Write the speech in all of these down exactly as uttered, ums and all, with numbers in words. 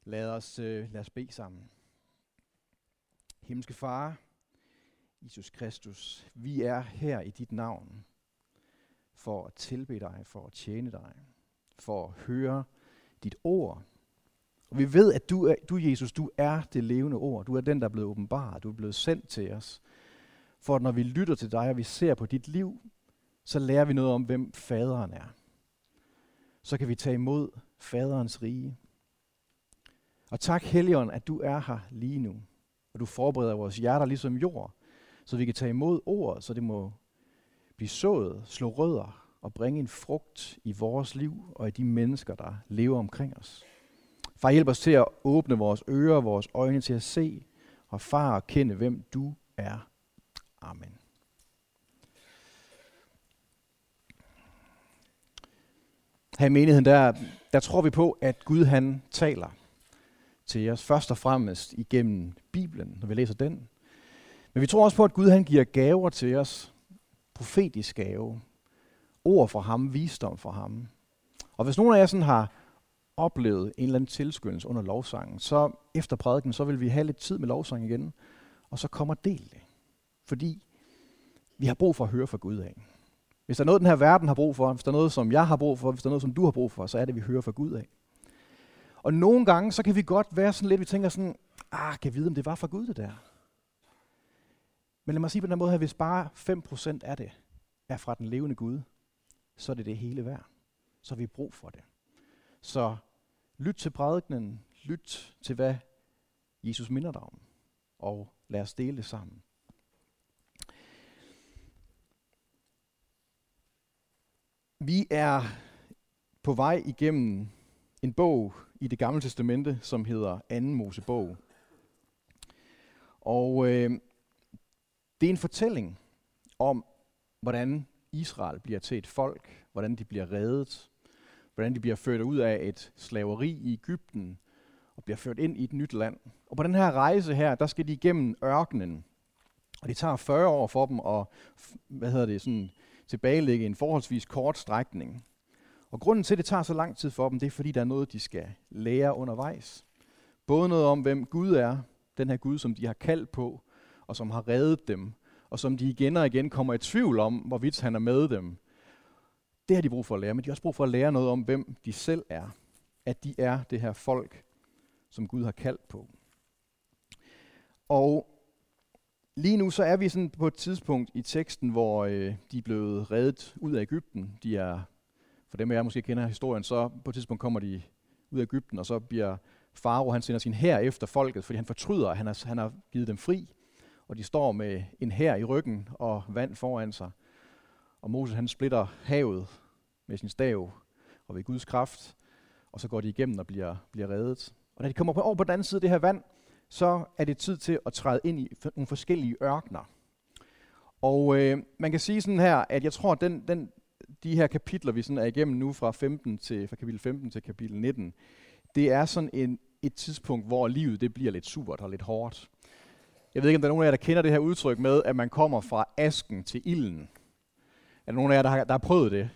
Lad os, øh, lad os bede sammen. Himmelske Far, Jesus Kristus, vi er her i dit navn for at tilbede dig, for at tjene dig, for at høre dit ord. Og vi ved, at du, er, du Jesus, du er det levende ord. Du er den, der er blevet åbenbaret. Du er blevet sendt til os. For at når vi lytter til dig, og vi ser på dit liv, så lærer vi noget om, hvem faderen er. Så kan vi tage imod faderens rige. Og tak, Helligånd, at du er her lige nu. Og du forbereder vores hjerter ligesom jord, så vi kan tage imod ordet, så det må blive sået, slå rødder og bringe en frugt i vores liv og i de mennesker, der lever omkring os. Far, hjælp os til at åbne vores ører, vores øjne til at se, og far, at kende, hvem du er. Amen. Her i menigheden, der, der tror vi på, at Gud han taler til os først og fremmest igennem Bibelen, når vi læser den. Men vi tror også på, at Gud han giver gaver til os, profetisk gave, ord fra ham, visdom fra ham. Og hvis nogen af jer sådan har oplevet en eller anden tilskyndelse under lovsangen, så efter prædiken, så vil vi have lidt tid med lovsang igen, og så kommer del det. Fordi vi har brug for at høre fra Gud af. Hvis der er noget, den her verden har brug for, hvis der er noget, som jeg har brug for, hvis der er noget, som du har brug for, så er det, vi hører fra Gud af. Og nogle gange, så kan vi godt være sådan lidt, vi tænker sådan, ah, kan jeg vide, om det var fra Gud, det der? Men lad mig sige på den her måde her, hvis bare fem procent af det er fra den levende Gud, så er det det hele værd. Så har vi brug for det. Så lyt til prædikenen, lyt til, hvad Jesus minder dig om, og lad os dele det sammen. Vi er på vej igennem en bog i Det Gamle Testamente, som hedder Anden Mosebog. Og øh, det er en fortælling om, hvordan Israel bliver til et folk, hvordan de bliver reddet, hvordan de bliver ført ud af et slaveri i Egypten og bliver ført ind i et nyt land. Og på den her rejse her, der skal de igennem ørkenen. Og det tager fyrre år for dem at hvad hedder det, sådan, tilbagelægge en forholdsvis kort strækning. Og grunden til, at det tager så lang tid for dem, det er, fordi der er noget, de skal lære undervejs. Både noget om, hvem Gud er, den her Gud, som de har kaldt på, og som har reddet dem, og som de igen og igen kommer i tvivl om, hvorvidt han er med dem. Det har de brug for at lære, men de har også brug for at lære noget om, hvem de selv er. At de er det her folk, som Gud har kaldt på. Og lige nu så er vi sådan på et tidspunkt i teksten, hvor øh, de er blevet reddet ud af Egypten. De er, for dem af jer måske kender historien, så på et tidspunkt kommer de ud af Egypten, og så bliver Farao, han sender sin hær efter folket, fordi han fortryder, at han har, han har givet dem fri. Og de står med en hær i ryggen og vand foran sig. Og Moses han splitter havet med sin stav og ved Guds kraft, og så går de igennem og bliver, bliver reddet. Og da de kommer over på den anden side af det her vand, så er det tid til at træde ind i nogle forskellige ørkener. Og øh, man kan sige sådan her, at jeg tror, at den, den, de her kapitler, vi sådan er igennem nu fra, femten til, fra kapitel femten til kapitel nitten, det er sådan en, et tidspunkt, hvor livet det bliver lidt supert og lidt hårdt. Jeg ved ikke, om der er nogen af jer, der kender det her udtryk med, at man kommer fra asken til ilden. Er der nogen af jer, der har, der har prøvet det? Er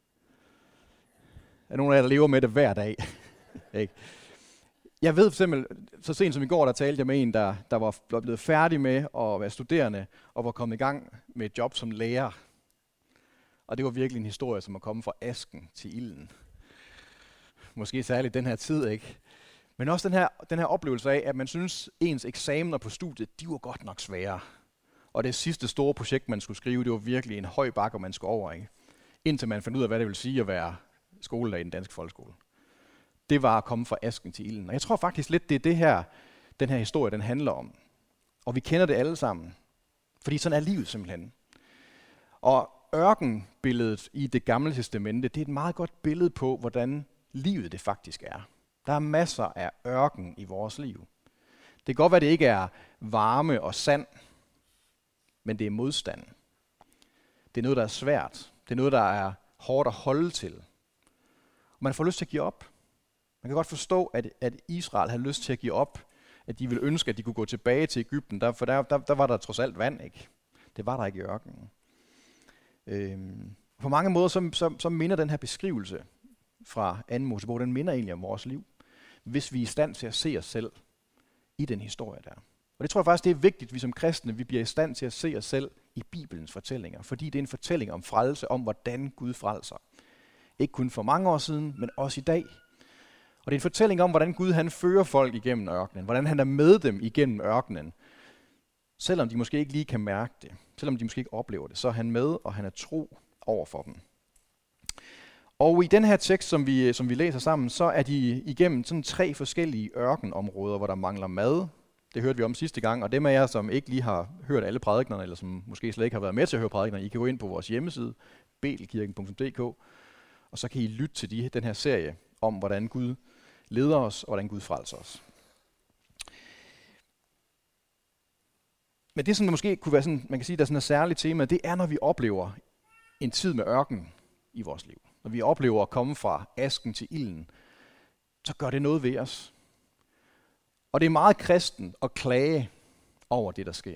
der nogen af jer, der lever med det hver dag? Ikke? Jeg ved for eksempel, så sent som i går, der talte jeg med en, der, der var blevet færdig med at være studerende, og var kommet i gang med et job som lærer. Og det var virkelig en historie, som at komme fra asken til ilden. Måske særligt den her tid, ikke? Men også den her, den her oplevelse af, at man synes, ens eksamener på studiet, de var godt nok svære. Og det sidste store projekt, man skulle skrive, det var virkelig en høj bakke, man skulle over, ikke? Indtil man fandt ud af, hvad det vil sige at være skolelærer i den danske folkeskole. Det var at komme fra asken til ilden. Og jeg tror faktisk lidt, det er det her, den her historie, den handler om. Og vi kender det alle sammen. Fordi sådan er livet simpelthen. Og ørkenbilledet i Det Gamle Testamente, det er et meget godt billede på, hvordan livet det faktisk er. Der er masser af ørken i vores liv. Det kan godt være, at det ikke er varme og sand, men det er modstand. Det er noget, der er svært. Det er noget, der er hårdt at holde til. Og man får lyst til at give op. Man kan godt forstå, at, at Israel har lyst til at give op, at de ville ønske, at de kunne gå tilbage til Egypten, der, for der, der, der var der trods alt vand, ikke? Det var der ikke i ørkenen. Øhm, på mange måder, så, så, så minder den her beskrivelse fra Anden Mosebog, den minder egentlig om vores liv. hvis vi er i stand til at se os selv i den historie der. Og det tror jeg faktisk, det er vigtigt, at vi som kristne, vi bliver i stand til at se os selv i Bibelens fortællinger, fordi det er en fortælling om frelse, om hvordan Gud frelser. Ikke kun for mange år siden, men også i dag. Og det er en fortælling om, hvordan Gud han fører folk igennem ørkenen, hvordan han er med dem igennem ørkenen. Selvom de måske ikke lige kan mærke det, selvom de måske ikke oplever det, så er han med, og han er tro over for dem. Og i den her tekst, som vi, som vi læser sammen, så er de igennem sådan tre forskellige ørkenområder, hvor der mangler mad. Det hørte vi om sidste gang, og dem af jer, som ikke lige har hørt alle prædiknerne, eller som måske slet ikke har været med til at høre prædiknerne, I kan gå ind på vores hjemmeside, betelkirken punktum d k, og så kan I lytte til de, den her serie om, hvordan Gud leder os, og hvordan Gud frelser os. Men det, som måske kunne være sådan, man kan sige, der er sådan et særligt tema, det er, når vi oplever en tid med ørken i vores liv. Når vi oplever at komme fra asken til ilden, så gør det noget ved os. Og det er meget kristen at klage over det, der sker.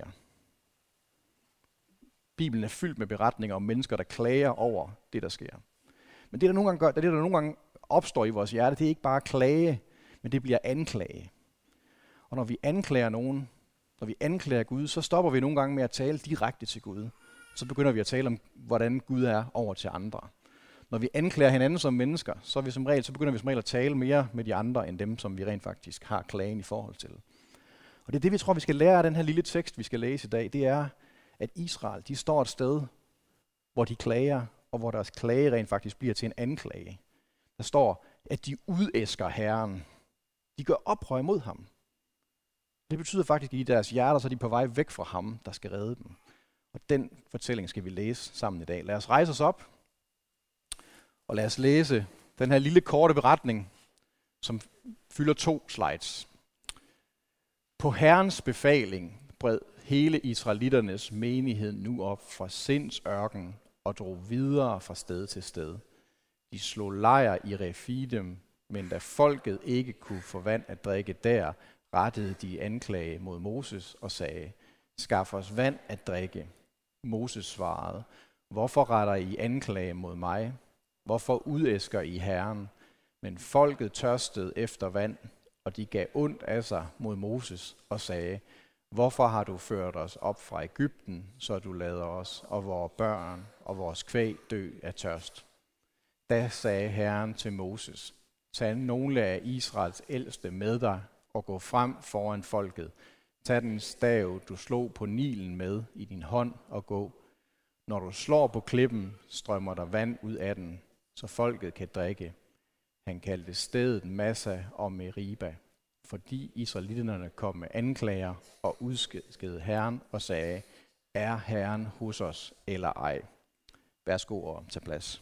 Bibelen er fyldt med beretninger om mennesker, der klager over det, der sker. Men det, der nogle gange, gør, det, der nogle gange opstår i vores hjerte, det er ikke bare klage, men det bliver anklage. Og når vi anklager nogen, når vi anklager Gud, så stopper vi nogle gange med at tale direkte til Gud. Så begynder vi at tale om, hvordan Gud er over til andre. Når vi anklager hinanden som mennesker, så, er vi som regel, så begynder vi som regel at tale mere med de andre, end dem, som vi rent faktisk har klagen i forhold til. Og det er det, vi tror, vi skal lære af den her lille tekst, vi skal læse i dag. Det er, at Israel, de står et sted, hvor de klager, og hvor deres klage rent faktisk bliver til en anklage. Der står, at de udæsker Herren. De gør oprør mod ham. Det betyder faktisk, at i deres hjerter, så er de på vej væk fra ham, der skal redde dem. Og den fortælling skal vi læse sammen i dag. Lad os rejse os op, og lad os læse den her lille korte beretning, som fylder to slides. På Herrens befaling bred hele israelitternes menighed nu op fra Sinds ørken og drog videre fra sted til sted. De slog lejr i Refidim, men da folket ikke kunne få vand at drikke der, rettede de anklage mod Moses og sagde, skaf os vand at drikke. Moses svarede, hvorfor retter I anklage mod mig? Hvorfor udæsker I Herren? Men folket tørstede efter vand, og de gav ondt af sig mod Moses og sagde, hvorfor har du ført os op fra Egypten, så du lader os og vores børn og vores kvæg dø af tørst? Da sagde Herren til Moses, tag nogle af Israels ældste med dig og gå frem foran folket. Tag den stav, du slog på Nilen med i din hånd og gå. Når du slår på klippen, strømmer der vand ud af den, så folket kan drikke. Han kaldte stedet Massa og Meriba, fordi israelitterne kom med anklager og udskede Herren og sagde, er Herren hos os eller ej? Værsgo og tag plads.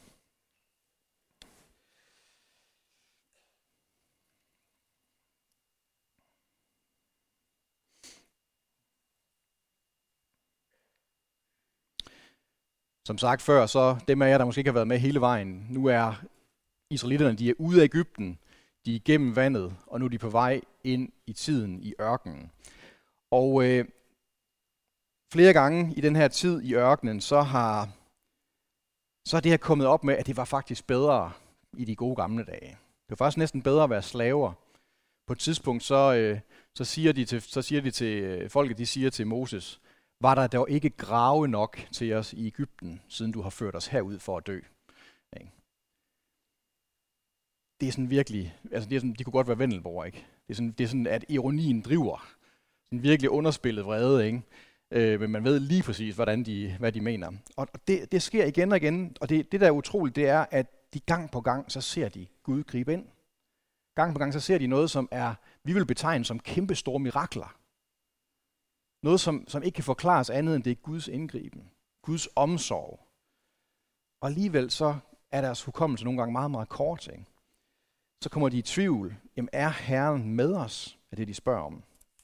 Som sagt før, så dem af jer, der måske ikke har været med hele vejen, nu er israelitterne, de er ude af Egypten, de er igennem vandet, og nu er de på vej ind i tiden i ørkenen. Og øh, flere gange i den her tid i ørkenen, så har så er det her kommet op med, at det var faktisk bedre i de gode gamle dage. Det var faktisk næsten bedre at være slaver. På et tidspunkt, så, øh, så, siger, de til, så siger de til øh, folket, de siger til Moses, var der dog ikke grave nok til os i Egypten, siden du har ført os herud for at dø? Det er sådan virkelig, altså det er sådan, de kunne godt være Vendelborg, ikke? Det er sådan, det er sådan at ironien driver. Sådan virkelig underspillet vrede, ikke? Øh, men man ved lige præcis, hvordan de, hvad de mener. Og det, det sker igen og igen, og det, det der er utroligt, det er, at de gang på gang, så ser de Gud gribe ind. Gang på gang, så ser de noget, som er, vi vil betegne som kæmpe store mirakler. Noget, som, som ikke kan forklares andet, end det er Guds indgriben. Guds omsorg. Og alligevel så er deres hukommelse nogle gange meget, meget kort, ikke? Så kommer de i tvivl. Jamen, er Herren med os? Er det, de spørger om.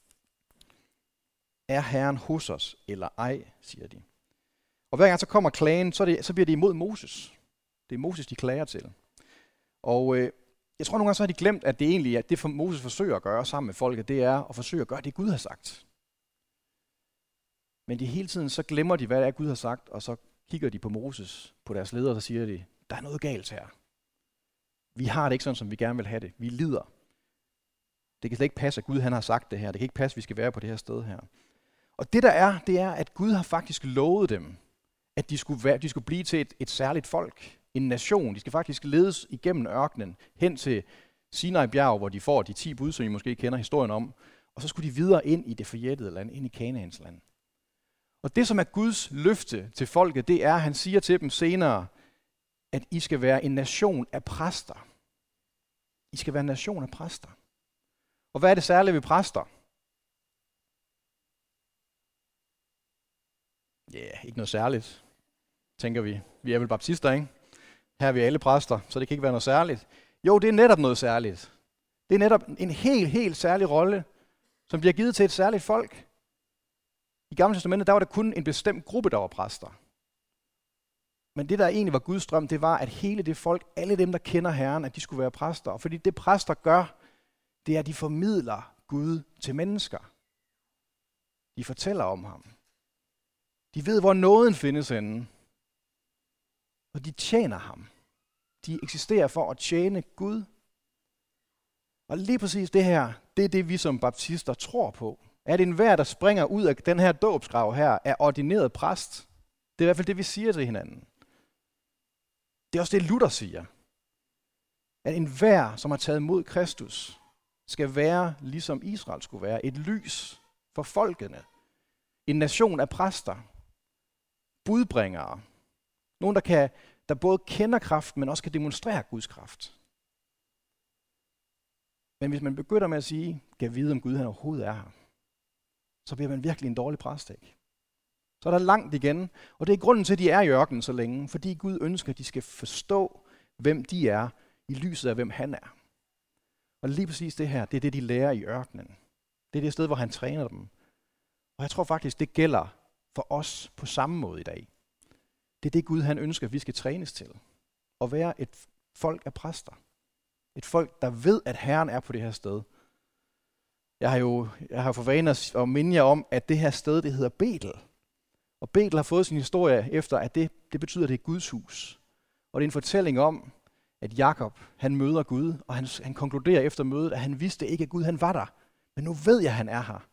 Er Herren hos os, eller ej, siger de. Og hver gang så kommer klagen, så, det, så bliver det imod Moses. Det er Moses, de klager til. Og øh, jeg tror nogle gange, så har de glemt, at det egentlig er, det for Moses forsøger at gøre sammen med folket, det er at forsøge at gøre det, Gud har sagt. Men de hele tiden, så glemmer de, hvad det er, Gud har sagt, og så kigger de på Moses, på deres leder, og så siger de, der er noget galt her. Vi har det ikke sådan, som vi gerne vil have det. Vi lider. Det kan slet ikke passe, at Gud han har sagt det her. Det kan ikke passe, at vi skal være på det her sted her. Og det der er, det er, at Gud har faktisk lovet dem, at de skulle, være, de skulle blive til et, et særligt folk, en nation. De skal faktisk ledes igennem ørkenen hen til Sinai bjerg, hvor de får de ti bud, som I måske kender historien om. Og så skulle de videre ind i det forjættede land, ind i Kanaans land. Og det, som er Guds løfte til folket, det er, at han siger til dem senere, at I skal være en nation af præster. I skal være en nation af præster. Og hvad er det særlige ved præster? Ja, yeah, ikke noget særligt, tænker vi. Vi er vel baptister, ikke? Her er vi alle præster, så det kan ikke være noget særligt. Jo, det er netop noget særligt. Det er netop en helt, helt særlig rolle, som bliver givet til et særligt folk. I Gamle Testamentet, der var der kun en bestemt gruppe, der var præster. Men det, der egentlig var Guds drøm, det var, at hele det folk, alle dem, der kender Herren, at de skulle være præster. Og fordi det præster gør, det er, at de formidler Gud til mennesker. De fortæller om ham. De ved, hvor nåden findes henne. Og de tjener ham. De eksisterer for at tjene Gud. Og lige præcis det her, det er det, vi som baptister tror på. At enhver, der springer ud af den her dåbsgrav her, er ordineret præst. Det er i hvert fald det, vi siger til hinanden. Det er også det, Luther siger. At enhver, som har taget imod Kristus, skal være, ligesom Israel skulle være, et lys for folkene. En nation af præster. Budbringere. Nogen, der, kan, der både kender kraften, men også kan demonstrere Guds kraft. Men hvis man begynder med at sige, kan vide, om Gud han overhovedet er her, så bliver man virkelig en dårlig præst, ikke? Så er der langt igen, og det er grunden til, at de er i ørkenen så længe, fordi Gud ønsker, at de skal forstå, hvem de er, i lyset af, hvem han er. Og lige præcis det her, det er det, de lærer i ørkenen. Det er det sted, hvor han træner dem. Og jeg tror faktisk, det gælder for os på samme måde i dag. Det er det, Gud han ønsker, at vi skal trænes til. At være et folk af præster. Et folk, der ved, at Herren er på det her sted. Jeg har jo jeg har for vane at minde jer om, at det her sted, det hedder Betel. Og Betel har fået sin historie efter, at det, det betyder, at det er Guds hus. Og det er en fortælling om, at Jakob, han møder Gud, og han, han konkluderer efter mødet, at han vidste ikke, at Gud han var der. Men nu ved jeg, at han er her.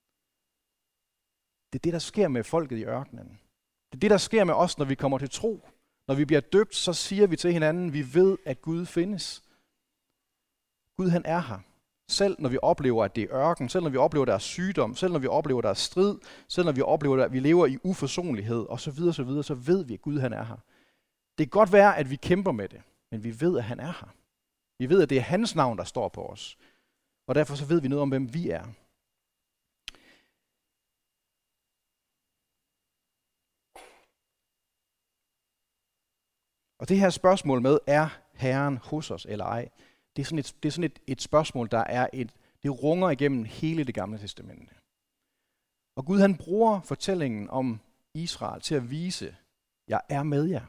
Det er det, der sker med folket i ørkenen. Det er det, der sker med os, når vi kommer til tro. Når vi bliver døbt, så siger vi til hinanden, vi ved, at Gud findes. Gud han er her. Selv når vi oplever, at det er ørken, selv når vi oplever, at der er sygdom, selv når vi oplever, at der er strid, selv når vi oplever, at vi lever i uforsonlighed osv., så videre, så ved vi, at Gud han er her. Det kan godt være, at vi kæmper med det, men vi ved, at han er her. Vi ved, at det er hans navn, der står på os. Og derfor så ved vi noget om, hvem vi er. Og det her spørgsmål med, er Herren hos os eller ej? Det er sådan et, det er sådan et, et spørgsmål, der er et, det runger igennem hele det gamle testamente. Og Gud han bruger fortællingen om Israel til at vise, jeg er med jer.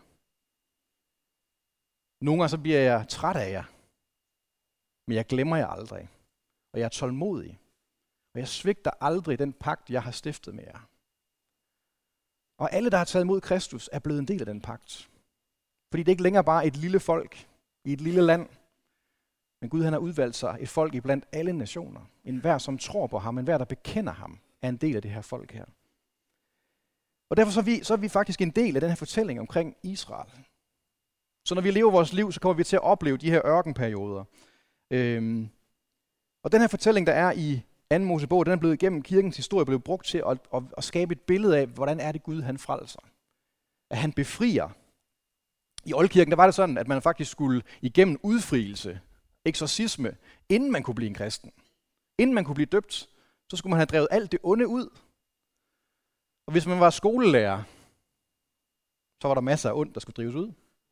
Nogle gange så bliver jeg træt af jer, men jeg glemmer jer aldrig. Og jeg er tålmodig, og jeg svigter aldrig den pagt, jeg har stiftet med jer. Og alle, der har taget imod Kristus, er blevet en del af den pagt. Fordi det er ikke længere bare et lille folk i et lille land, men Gud han har udvalgt sig et folk iblandt alle nationer. En hver, som tror på ham, en hver, der bekender ham, er en del af det her folk her. Og derfor så er, vi, så er vi faktisk en del af den her fortælling omkring Israel. Så når vi lever vores liv, så kommer vi til at opleve de her ørkenperioder. Øhm, og den her fortælling, der er i anden Mosebog, den er blevet igennem kirkens historie, blevet brugt til at, at, at skabe et billede af, hvordan er det Gud, han frelser. At han befrier. I oldkirken, der var det sådan, at man faktisk skulle igennem udfrielse, eksorcisme, inden man kunne blive en kristen. Inden man kunne blive døbt, så skulle man have drevet alt det onde ud. Og hvis man var skolelærer, så var der masser af ondt, der skulle drives ud.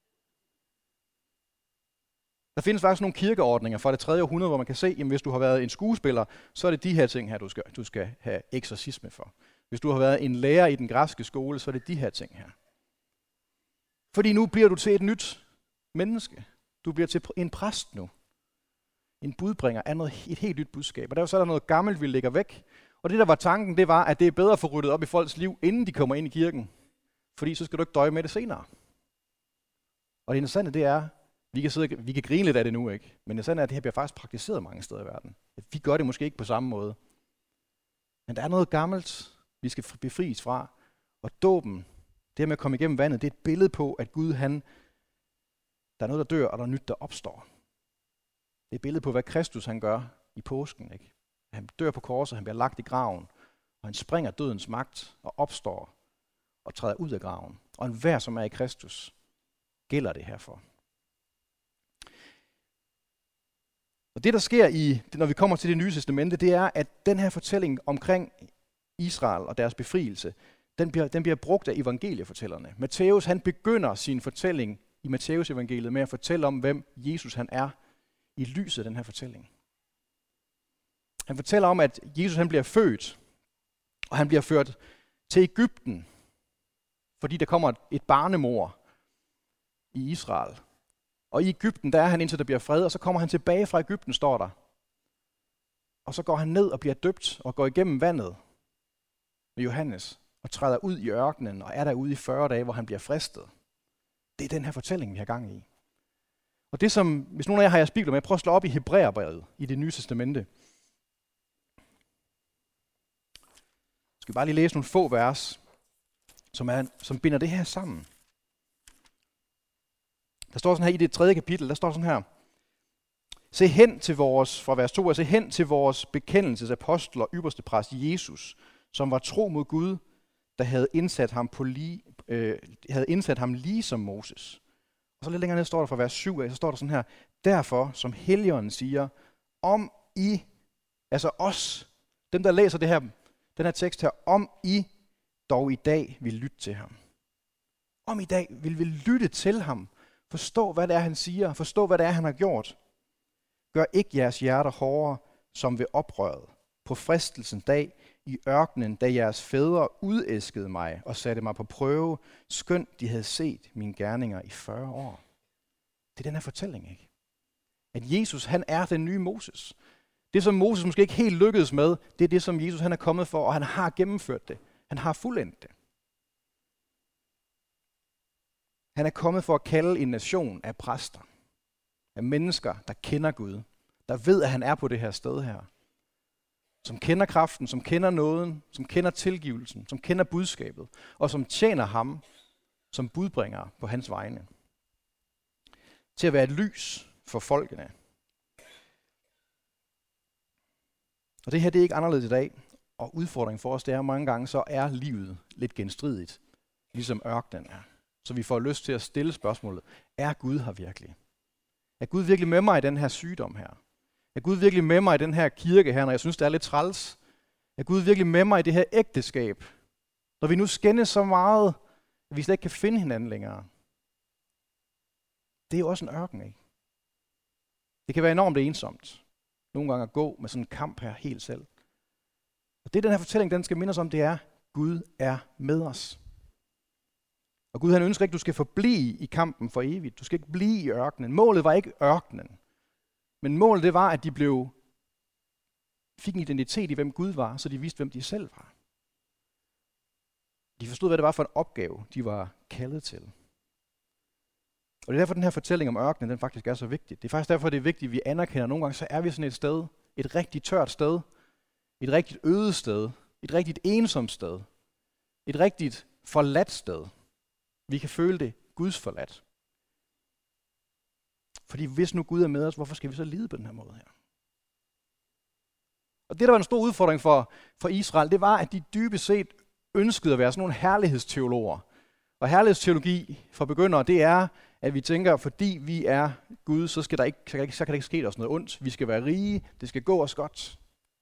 Der findes faktisk nogle kirkeordninger fra det tredje århundrede, hvor man kan se, at hvis du har været en skuespiller, så er det de her ting her, du skal, du skal have eksorcisme for. Hvis du har været en lærer i den græske skole, så er det de her ting her. Fordi nu bliver du til et nyt menneske. Du bliver til en præst nu. En budbringer af noget, et helt nyt budskab. Og der er så der noget gammelt, vi lægger væk. Og det, der var tanken, det var, at det er bedre at få ryddet op i folks liv, inden de kommer ind i kirken. Fordi så skal du ikke døje med det senere. Og det interessante, det er, Vi kan, sidde, vi kan grine lidt af det nu, ikke? Men det er sådan, at det her bliver faktisk praktiseret mange steder i verden. Vi gør det måske ikke på samme måde. Men der er noget gammelt, vi skal befries fra. Og dåben, det her med at komme igennem vandet, det er et billede på, at Gud, han, der er noget, der dør, og der er nyt, der opstår. Det er et billede på, hvad Kristus han gør i påsken, ikke? Han dør på korset, han bliver lagt i graven, og han springer dødens magt og opstår og træder ud af graven. Og enhver, som er i Kristus, gælder det herfor. Og det, der sker, i, når vi kommer til det nye testamente, det er, at den her fortælling omkring Israel og deres befrielse, den bliver, den bliver brugt af evangeliefortællerne. Matthæus, han begynder sin fortælling i Matthæus evangeliet med at fortælle om, hvem Jesus han er i lyset af den her fortælling. Han fortæller om, at Jesus han bliver født, og han bliver ført til Egypten, fordi der kommer et barnemord i Israel. Og i Egypten, der er han indtil der bliver fred, og så kommer han tilbage fra Egypten, står der. Og så går han ned og bliver døbt og går igennem vandet med Johannes og træder ud i ørkenen og er derude i fyrre dage, hvor han bliver fristet. Det er den her fortælling, vi har gang i. Og det som, hvis nogen af jer har jeres bibler med, prøv at slå op i Hebræerbrevet i Det Nye Testamente. Jeg skal bare lige læse nogle få vers, som, er, som binder det her sammen. Der står sådan her i det tredje kapitel, der står sådan her. Se hen til vores, fra vers to, se hen til vores bekendelsesapostel og ypperste præst Jesus, som var tro mod Gud, der havde indsat ham, på lige, øh, havde indsat ham lige som Moses. Og så lidt længere ned står der fra vers syv af, så står der sådan her. Derfor, som Helligånden siger, om I, altså os, dem der læser det her, den her tekst her, om I dog i dag vil lytte til ham. Om i dag vil vi lytte til ham. Forstå, hvad det er, han siger. Forstå, hvad det er, han har gjort. Gør ikke jeres hjerter hårdere, som ved oprøret. På fristelsens dag i ørkenen, da jeres fædre udæskede mig og satte mig på prøve, skønt de havde set mine gerninger i fyrre år. Det er den her fortælling, ikke? At Jesus, han er den nye Moses. Det, som Moses måske ikke helt lykkedes med, det er det, som Jesus han er kommet for, og han har gennemført det. Han har fuldendt det. Han er kommet for at kalde en nation af præster, af mennesker, der kender Gud, der ved, at han er på det her sted her, som kender kraften, som kender nåden, som kender tilgivelsen, som kender budskabet, og som tjener ham som budbringer på hans vegne. Til at være et lys for folkene. Og det her det er ikke anderledes i dag, og udfordringen for os, det er mange gange, så er livet lidt genstridigt, ligesom ørkenen er. Så vi får lyst til at stille spørgsmålet, er Gud her virkelig? Er Gud virkelig med mig i den her sygdom her? Er Gud virkelig med mig i den her kirke her, når jeg synes, det er lidt træls? Er Gud virkelig med mig i det her ægteskab? Når vi nu skændes så meget, at vi slet ikke kan finde hinanden længere. Det er jo også en ørken, ikke? Det kan være enormt ensomt. Nogle gange at gå med sådan en kamp her helt selv. Og det den her fortælling, den skal minde os om, det er, Gud er med os. Og Gud han ønsker ikke, at du skal forblive i kampen for evigt. Du skal ikke blive i ørkenen. Målet var ikke ørkenen. Men målet det var, at de blev, fik en identitet i, hvem Gud var, så de vidste, hvem de selv var. De forstod, hvad det var for en opgave, de var kaldet til. Og det er derfor, den her fortælling om ørkenen, den faktisk er så vigtig. Det er faktisk derfor, det er vigtigt, at vi anerkender, at nogle gange så er vi sådan et sted, et rigtig tørt sted, et rigtigt øde sted, et rigtigt ensomt sted, et rigtigt forladt sted. Vi kan føle det Guds forladt. Fordi hvis nu Gud er med os, hvorfor skal vi så lide på den her måde her? Og det, der var en stor udfordring for, for Israel, det var, at de dybest set ønskede at være sådan nogle herlighedsteologer. Og herlighedsteologi for begyndere, det er, at vi tænker, fordi vi er Gud, så, skal der ikke, så, kan, ikke, så kan der ikke ske os noget ondt. Vi skal være rige, det skal gå os godt.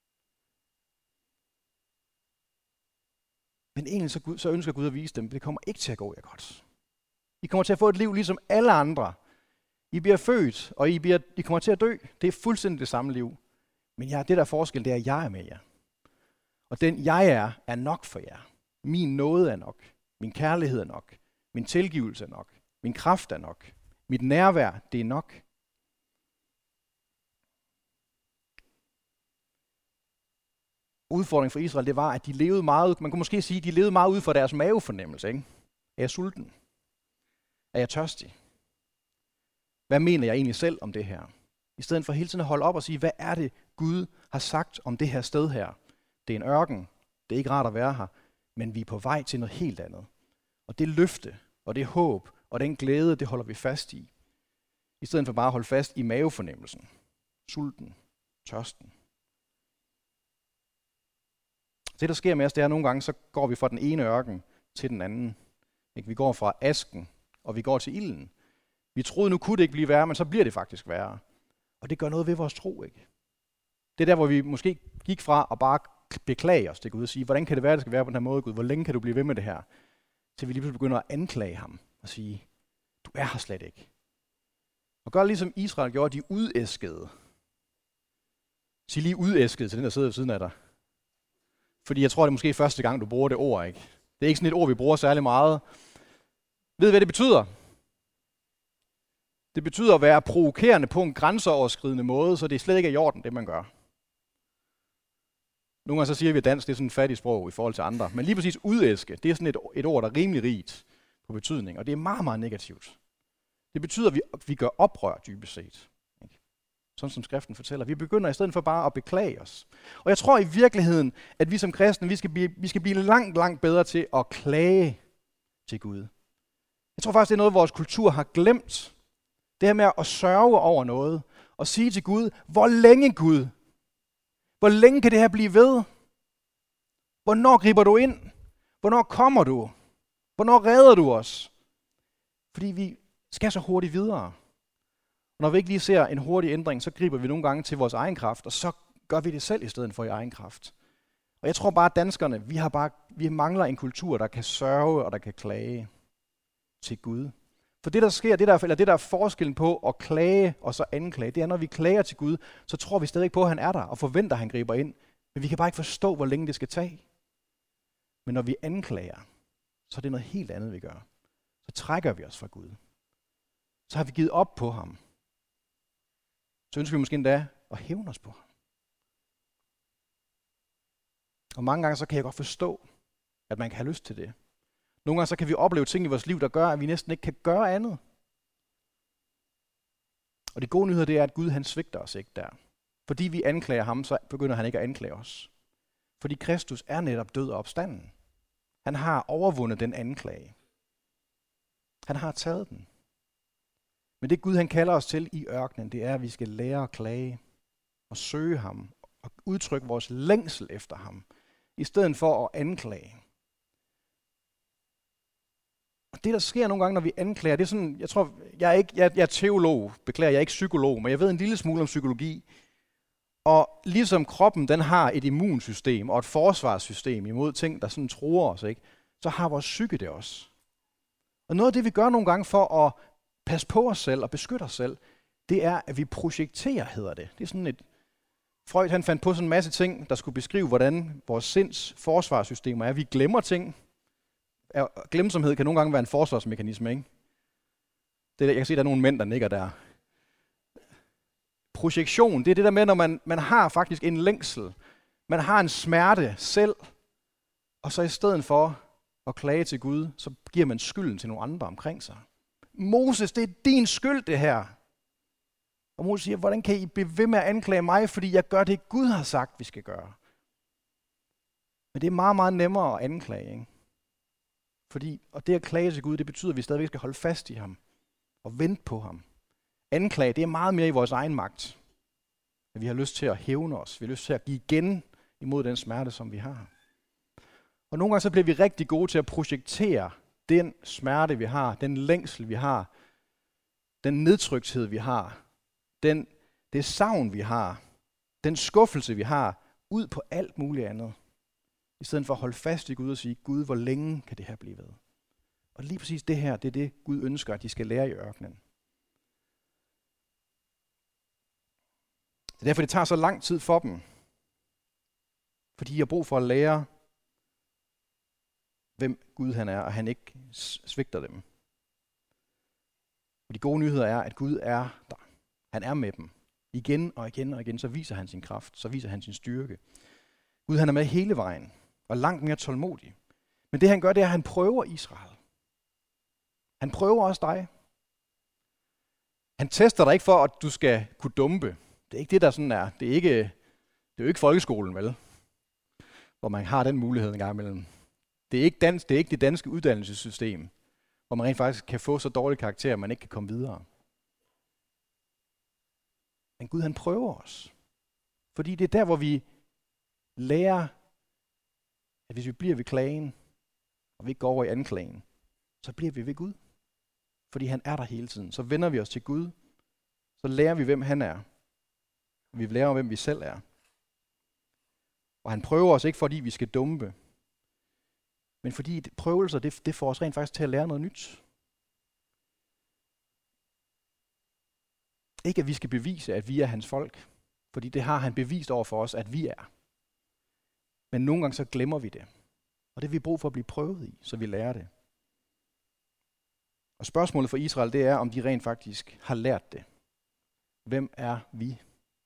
Men egentlig så, Gud, så ønsker Gud at vise dem, at det kommer ikke til at gå jer godt. I kommer til at få et liv ligesom alle andre. I bliver født, og I, bliver, I kommer til at dø. Det er fuldstændig det samme liv. Men ja, det der forskel, det er, at jeg er med jer. Og den jeg er, er nok for jer. Min nåde er nok. Min kærlighed er nok. Min tilgivelse er nok. Min kraft er nok. Mit nærvær, det er nok. Udfordringen for Israel, det var, at de levede meget, man kunne måske sige, at de levede meget ud fra deres mavefornemmelse. Ikke? Er jeg sulten? Er jeg tørstig? hvad mener jeg egentlig selv om det her? I stedet for hele tiden at holde op og sige, hvad er det, Gud har sagt om det her sted her? Det er en ørken, det er ikke rart at være her, men vi er på vej til noget helt andet. Og det løfte, og det håb, og den glæde, det holder vi fast i. I stedet for bare at holde fast i mavefornemmelsen, sulten, tørsten. Det, der sker med os, det er, at nogle gange, så går vi fra den ene ørken til den anden. Vi går fra asken, og vi går til ilden. Vi troede, nu kunne det ikke blive værre, men så bliver det faktisk værre. Og det gør noget ved vores tro, ikke? Det er der, hvor vi måske gik fra at bare beklage os til Gud og sige, hvordan kan det være, det skal være på den her måde, Gud? Hvor længe kan du blive ved med det her? Til vi lige pludselig begynder at anklage ham og sige, du er her slet ikke. Og gør ligesom Israel gjorde, de udæskede. Sig lige udæskede til den, der sidder ved siden af dig. Fordi jeg tror, det er måske første gang, du bruger det ord, ikke? Det er ikke sådan et ord, vi bruger særlig meget. Ved du, hvad det betyder? Det betyder at være provokerende på en grænseoverskridende måde, så det er slet ikke i orden, det man gør. Nogle gange så siger vi, at dansk det er sådan et fattigt sprog i forhold til andre. Men lige præcis udæske, det er sådan et, et ord, der er rimelig rigt på betydning. Og det er meget, meget negativt. Det betyder, at vi, vi gør oprør dybest set. Sådan som skriften fortæller. Vi begynder i stedet for bare at beklage os. Og jeg tror i virkeligheden, at vi som kristne, vi skal blive, vi skal blive langt, langt bedre til at klage til Gud. Jeg tror faktisk, det er noget, vores kultur har glemt. Det her med at sørge over noget. Og sige til Gud, hvor længe Gud? Hvor længe kan det her blive ved? Hvornår griber du ind? Hvornår kommer du? Hvornår redder du os? Fordi vi skal så hurtigt videre. Og når vi ikke lige ser en hurtig ændring, så griber vi nogle gange til vores egen kraft, og så gør vi det selv i stedet for i egen kraft. Og jeg tror bare, at danskerne, vi, har bare, vi mangler en kultur, der kan sørge og der kan klage til Gud. For det, der sker, det der, eller det der er forskellen på at klage og så anklage, det er, når vi klager til Gud, så tror vi stadig på, at han er der og forventer, at han griber ind. Men vi kan bare ikke forstå, hvor længe det skal tage. Men når vi anklager, så er det noget helt andet, vi gør. Så trækker vi os fra Gud. Så har vi givet op på ham. Så ønsker vi måske endda at hævne os på ham. Og mange gange så kan jeg godt forstå, at man kan have lyst til det. Nogle gange så kan vi opleve ting i vores liv, der gør, at vi næsten ikke kan gøre andet. Og det gode nyhed, det er, at Gud han svigter os ikke der. Fordi vi anklager ham, så begynder han ikke at anklage os. Fordi Kristus er netop død og opstanden. Han har overvundet den anklage. Han har taget den. Men det Gud han kalder os til i ørkenen, det er, at vi skal lære at klage og søge ham og udtrykke vores længsel efter ham, i stedet for at anklage. Og det, der sker nogle gange, når vi anklager, det er sådan, jeg tror, jeg er, ikke, jeg, jeg er teolog, beklager, jeg er ikke psykolog, men jeg ved en lille smule om psykologi. Og ligesom kroppen, den har et immunsystem og et forsvarssystem imod ting, der sådan truer os, ikke? Så har vores psyke det også. Og noget af det, vi gør nogle gange for at passe på os selv og beskytte os selv, det er, at vi projekterer, hedder det. Det er sådan et... Freud han fandt på sådan en masse ting, der skulle beskrive, hvordan vores sinds forsvarssystemer er. Vi glemmer ting. Glemsomhed kan nogle gange være en forsvarsmekanisme, ikke? Det, jeg kan se, at der er nogle mænd, der nikker der. Projektion, det er det der med, når man, man har faktisk en længsel. Man har en smerte selv, og så i stedet for at klage til Gud, så giver man skylden til nogle andre omkring sig. Moses, det er din skyld, det her. Og Moses siger, hvordan kan I blive ved med at anklage mig, fordi jeg gør det, Gud har sagt, vi skal gøre. Men det er meget, meget nemmere at anklage, ikke? Fordi, og det at klage til Gud, det betyder, at vi stadigvæk skal holde fast i ham og vente på ham. Anklage, det er meget mere i vores egen magt. At vi har lyst til at hævne os. Vi har lyst til at give igen imod den smerte, som vi har. Og nogle gange så bliver vi rigtig gode til at projektere den smerte, vi har, den længsel, vi har, den nedtrykthed, vi har, den, det savn, vi har, den skuffelse, vi har, ud på alt muligt andet. I stedet for at holde fast i Gud og sige, Gud, hvor længe kan det her blive ved? Og lige præcis det her, det er det, Gud ønsker, at de skal lære i ørkenen. Det er derfor, det tager så lang tid for dem. Fordi de har brug for at lære, hvem Gud han er, og han ikke svigter dem. Og de gode nyheder er, at Gud er der. Han er med dem. Igen og igen og igen, så viser han sin kraft, så viser han sin styrke. Gud han er med hele vejen, og langt mere tålmodig. Men det han gør, det er, at han prøver Israel. Han prøver også dig. Han tester dig ikke for, at du skal kunne dumpe. Det er ikke det, der sådan er. Det er, ikke, det er jo ikke folkeskolen, vel? Hvor man har den mulighed en gang imellem. Det er ikke, dans, det er ikke det danske uddannelsessystem, hvor man rent faktisk kan få så dårlige karakterer, at man ikke kan komme videre. Men Gud, han prøver os. Fordi det er der, hvor vi lærer, at hvis vi bliver ved klagen, og vi ikke går over i anklagen, så bliver vi ved Gud. Fordi han er der hele tiden. Så vender vi os til Gud. Så lærer vi, hvem han er. Vi lærer, hvem vi selv er. Og han prøver os ikke, fordi vi skal dumpe. Men fordi prøvelser, det, det får os rent faktisk til at lære noget nyt. Ikke at vi skal bevise, at vi er hans folk. Fordi det har han bevist over for os, at vi er. Men nogle gange så glemmer vi det. Og det har vi brug for at blive prøvet i, så vi lærer det. Og spørgsmålet for Israel, det er, om de rent faktisk har lært det. Hvem er vi?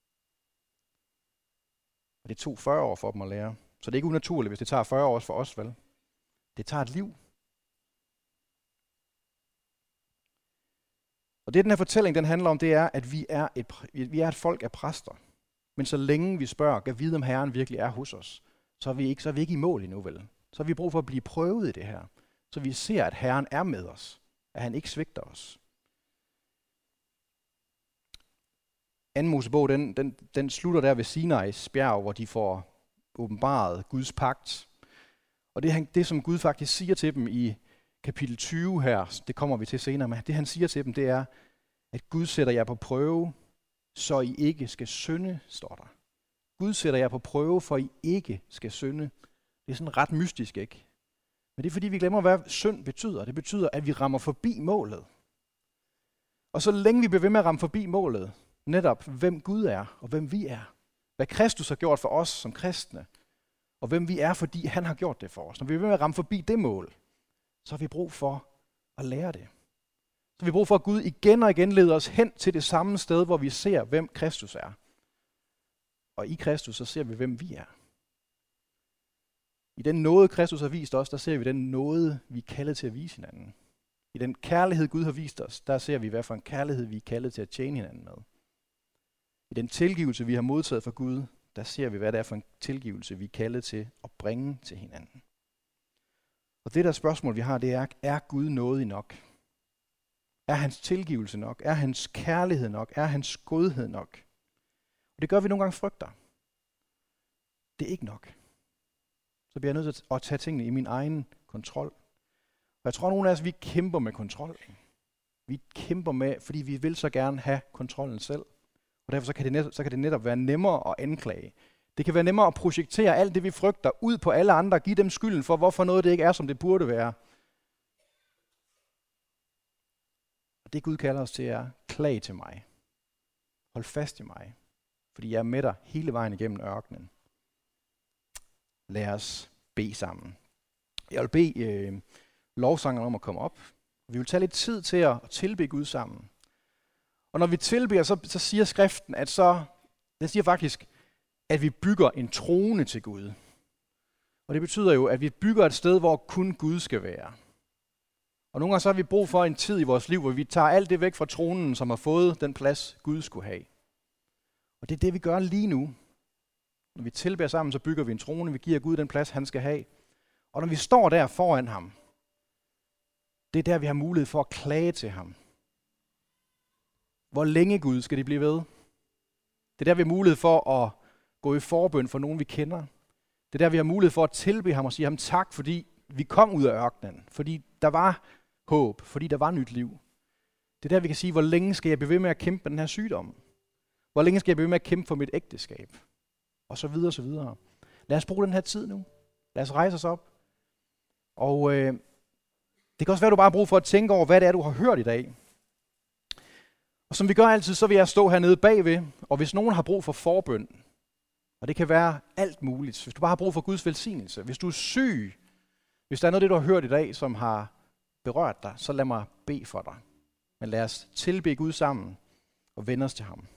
Og det tog fyrre år for dem at lære. Så det er ikke unaturligt, hvis det tager fyrre år for os, vel? Det tager et liv. Og det, den her fortælling den handler om, det er, at vi er et, vi er et folk af præster. Men så længe vi spørger, kan vide, om Herren virkelig er hos os, så er vi ikke, så er vi ikke i mål endnu, vel? Så har vi brug for at blive prøvet i det her. Så vi ser, at Herren er med os. At han ikke svigter os. Anden Mosebog, den, den, den slutter der ved Sinais bjerg, hvor de får åbenbaret Guds pagt. Og det, det, som Gud faktisk siger til dem i kapitel tyve her, det kommer vi til senere, men det han siger til dem, det er, at Gud sætter jer på prøve, så I ikke skal synde, står der. Gud sætter jer på prøve, for I ikke skal synde. Det er sådan ret mystisk, ikke? Men det er fordi, vi glemmer, hvad synd betyder. Det betyder, at vi rammer forbi målet. Og så længe vi bliver ved med at ramme forbi målet, netop hvem Gud er og hvem vi er, hvad Kristus har gjort for os som kristne, og hvem vi er, fordi han har gjort det for os. Når vi er ved med at ramme forbi det mål, så har vi brug for at lære det. Så har vi brug for, at Gud igen og igen leder os hen til det samme sted, hvor vi ser, hvem Kristus er. Og i Kristus, så ser vi, hvem vi er. I den nåde, Kristus har vist os, der ser vi den nåde, vi er kaldet til at vise hinanden. I den kærlighed, Gud har vist os, der ser vi, hvad for en kærlighed, vi er kaldet til at tjene hinanden med. I den tilgivelse, vi har modtaget fra Gud, der ser vi, hvad det er for en tilgivelse, vi er kaldet til at bringe til hinanden. Og det der spørgsmål, vi har, det er, er Gud nådig nok? Er hans tilgivelse nok? Er hans kærlighed nok? Er hans godhed nok? Og det gør vi nogle gange frygter. Det er ikke nok. Så bliver jeg nødt til at tage tingene i min egen kontrol. Og jeg tror, at nogle af os, vi kæmper med kontrol. Vi kæmper med, fordi vi vil så gerne have kontrollen selv. Og derfor så kan, det net, så kan det netop være nemmere at anklage. Det kan være nemmere at projektere alt det, vi frygter, ud på alle andre, give dem skylden for, hvorfor noget det ikke er, som det burde være. Og det Gud kalder os til er, klag til mig. Hold fast i mig, fordi jeg er med dig hele vejen igennem ørkenen. Lad os bede sammen. Jeg vil bede øh, lovsangeren om at komme op. Vi vil tage lidt tid til at tilbede Gud sammen. Og når vi tilbeder, så, så siger skriften, at så, den siger faktisk, at vi bygger en trone til Gud. Og det betyder jo, at vi bygger et sted, hvor kun Gud skal være. Og nogle gange så har vi brug for en tid i vores liv, hvor vi tager alt det væk fra tronen, som har fået den plads, Gud skulle have. Og det er det, vi gør lige nu. Når vi tilbeder sammen, så bygger vi en trone, vi giver Gud den plads, han skal have. Og når vi står der foran ham, det er der, vi har mulighed for at klage til ham. Hvor længe, Gud, skal det blive ved? Det er der, vi har mulighed for at gå i forbøn for nogen, vi kender. Det er der, vi har mulighed for at tilbede ham og sige ham tak, fordi vi kom ud af ørkenen. Fordi der var håb, fordi der var nyt liv. Det er der, vi kan sige, hvor længe skal jeg blive ved med at kæmpe med den her sygdom? Hvor længe skal jeg blive ved med at kæmpe for mit ægteskab? Og så videre, og så videre. Lad os bruge den her tid nu. Lad os rejse os op. Og øh, det kan også være, at du bare har brug for at tænke over, hvad det er, du har hørt i dag. Og som vi gør altid, så vil jeg stå hernede bagved, og hvis nogen har brug for forbøn, og det kan være alt muligt, hvis du bare har brug for Guds velsignelse, hvis du er syg, hvis der er noget af det, du har hørt i dag, som har berørt dig, så lad mig bede for dig. Men lad os tilbede Gud sammen og vende os til ham.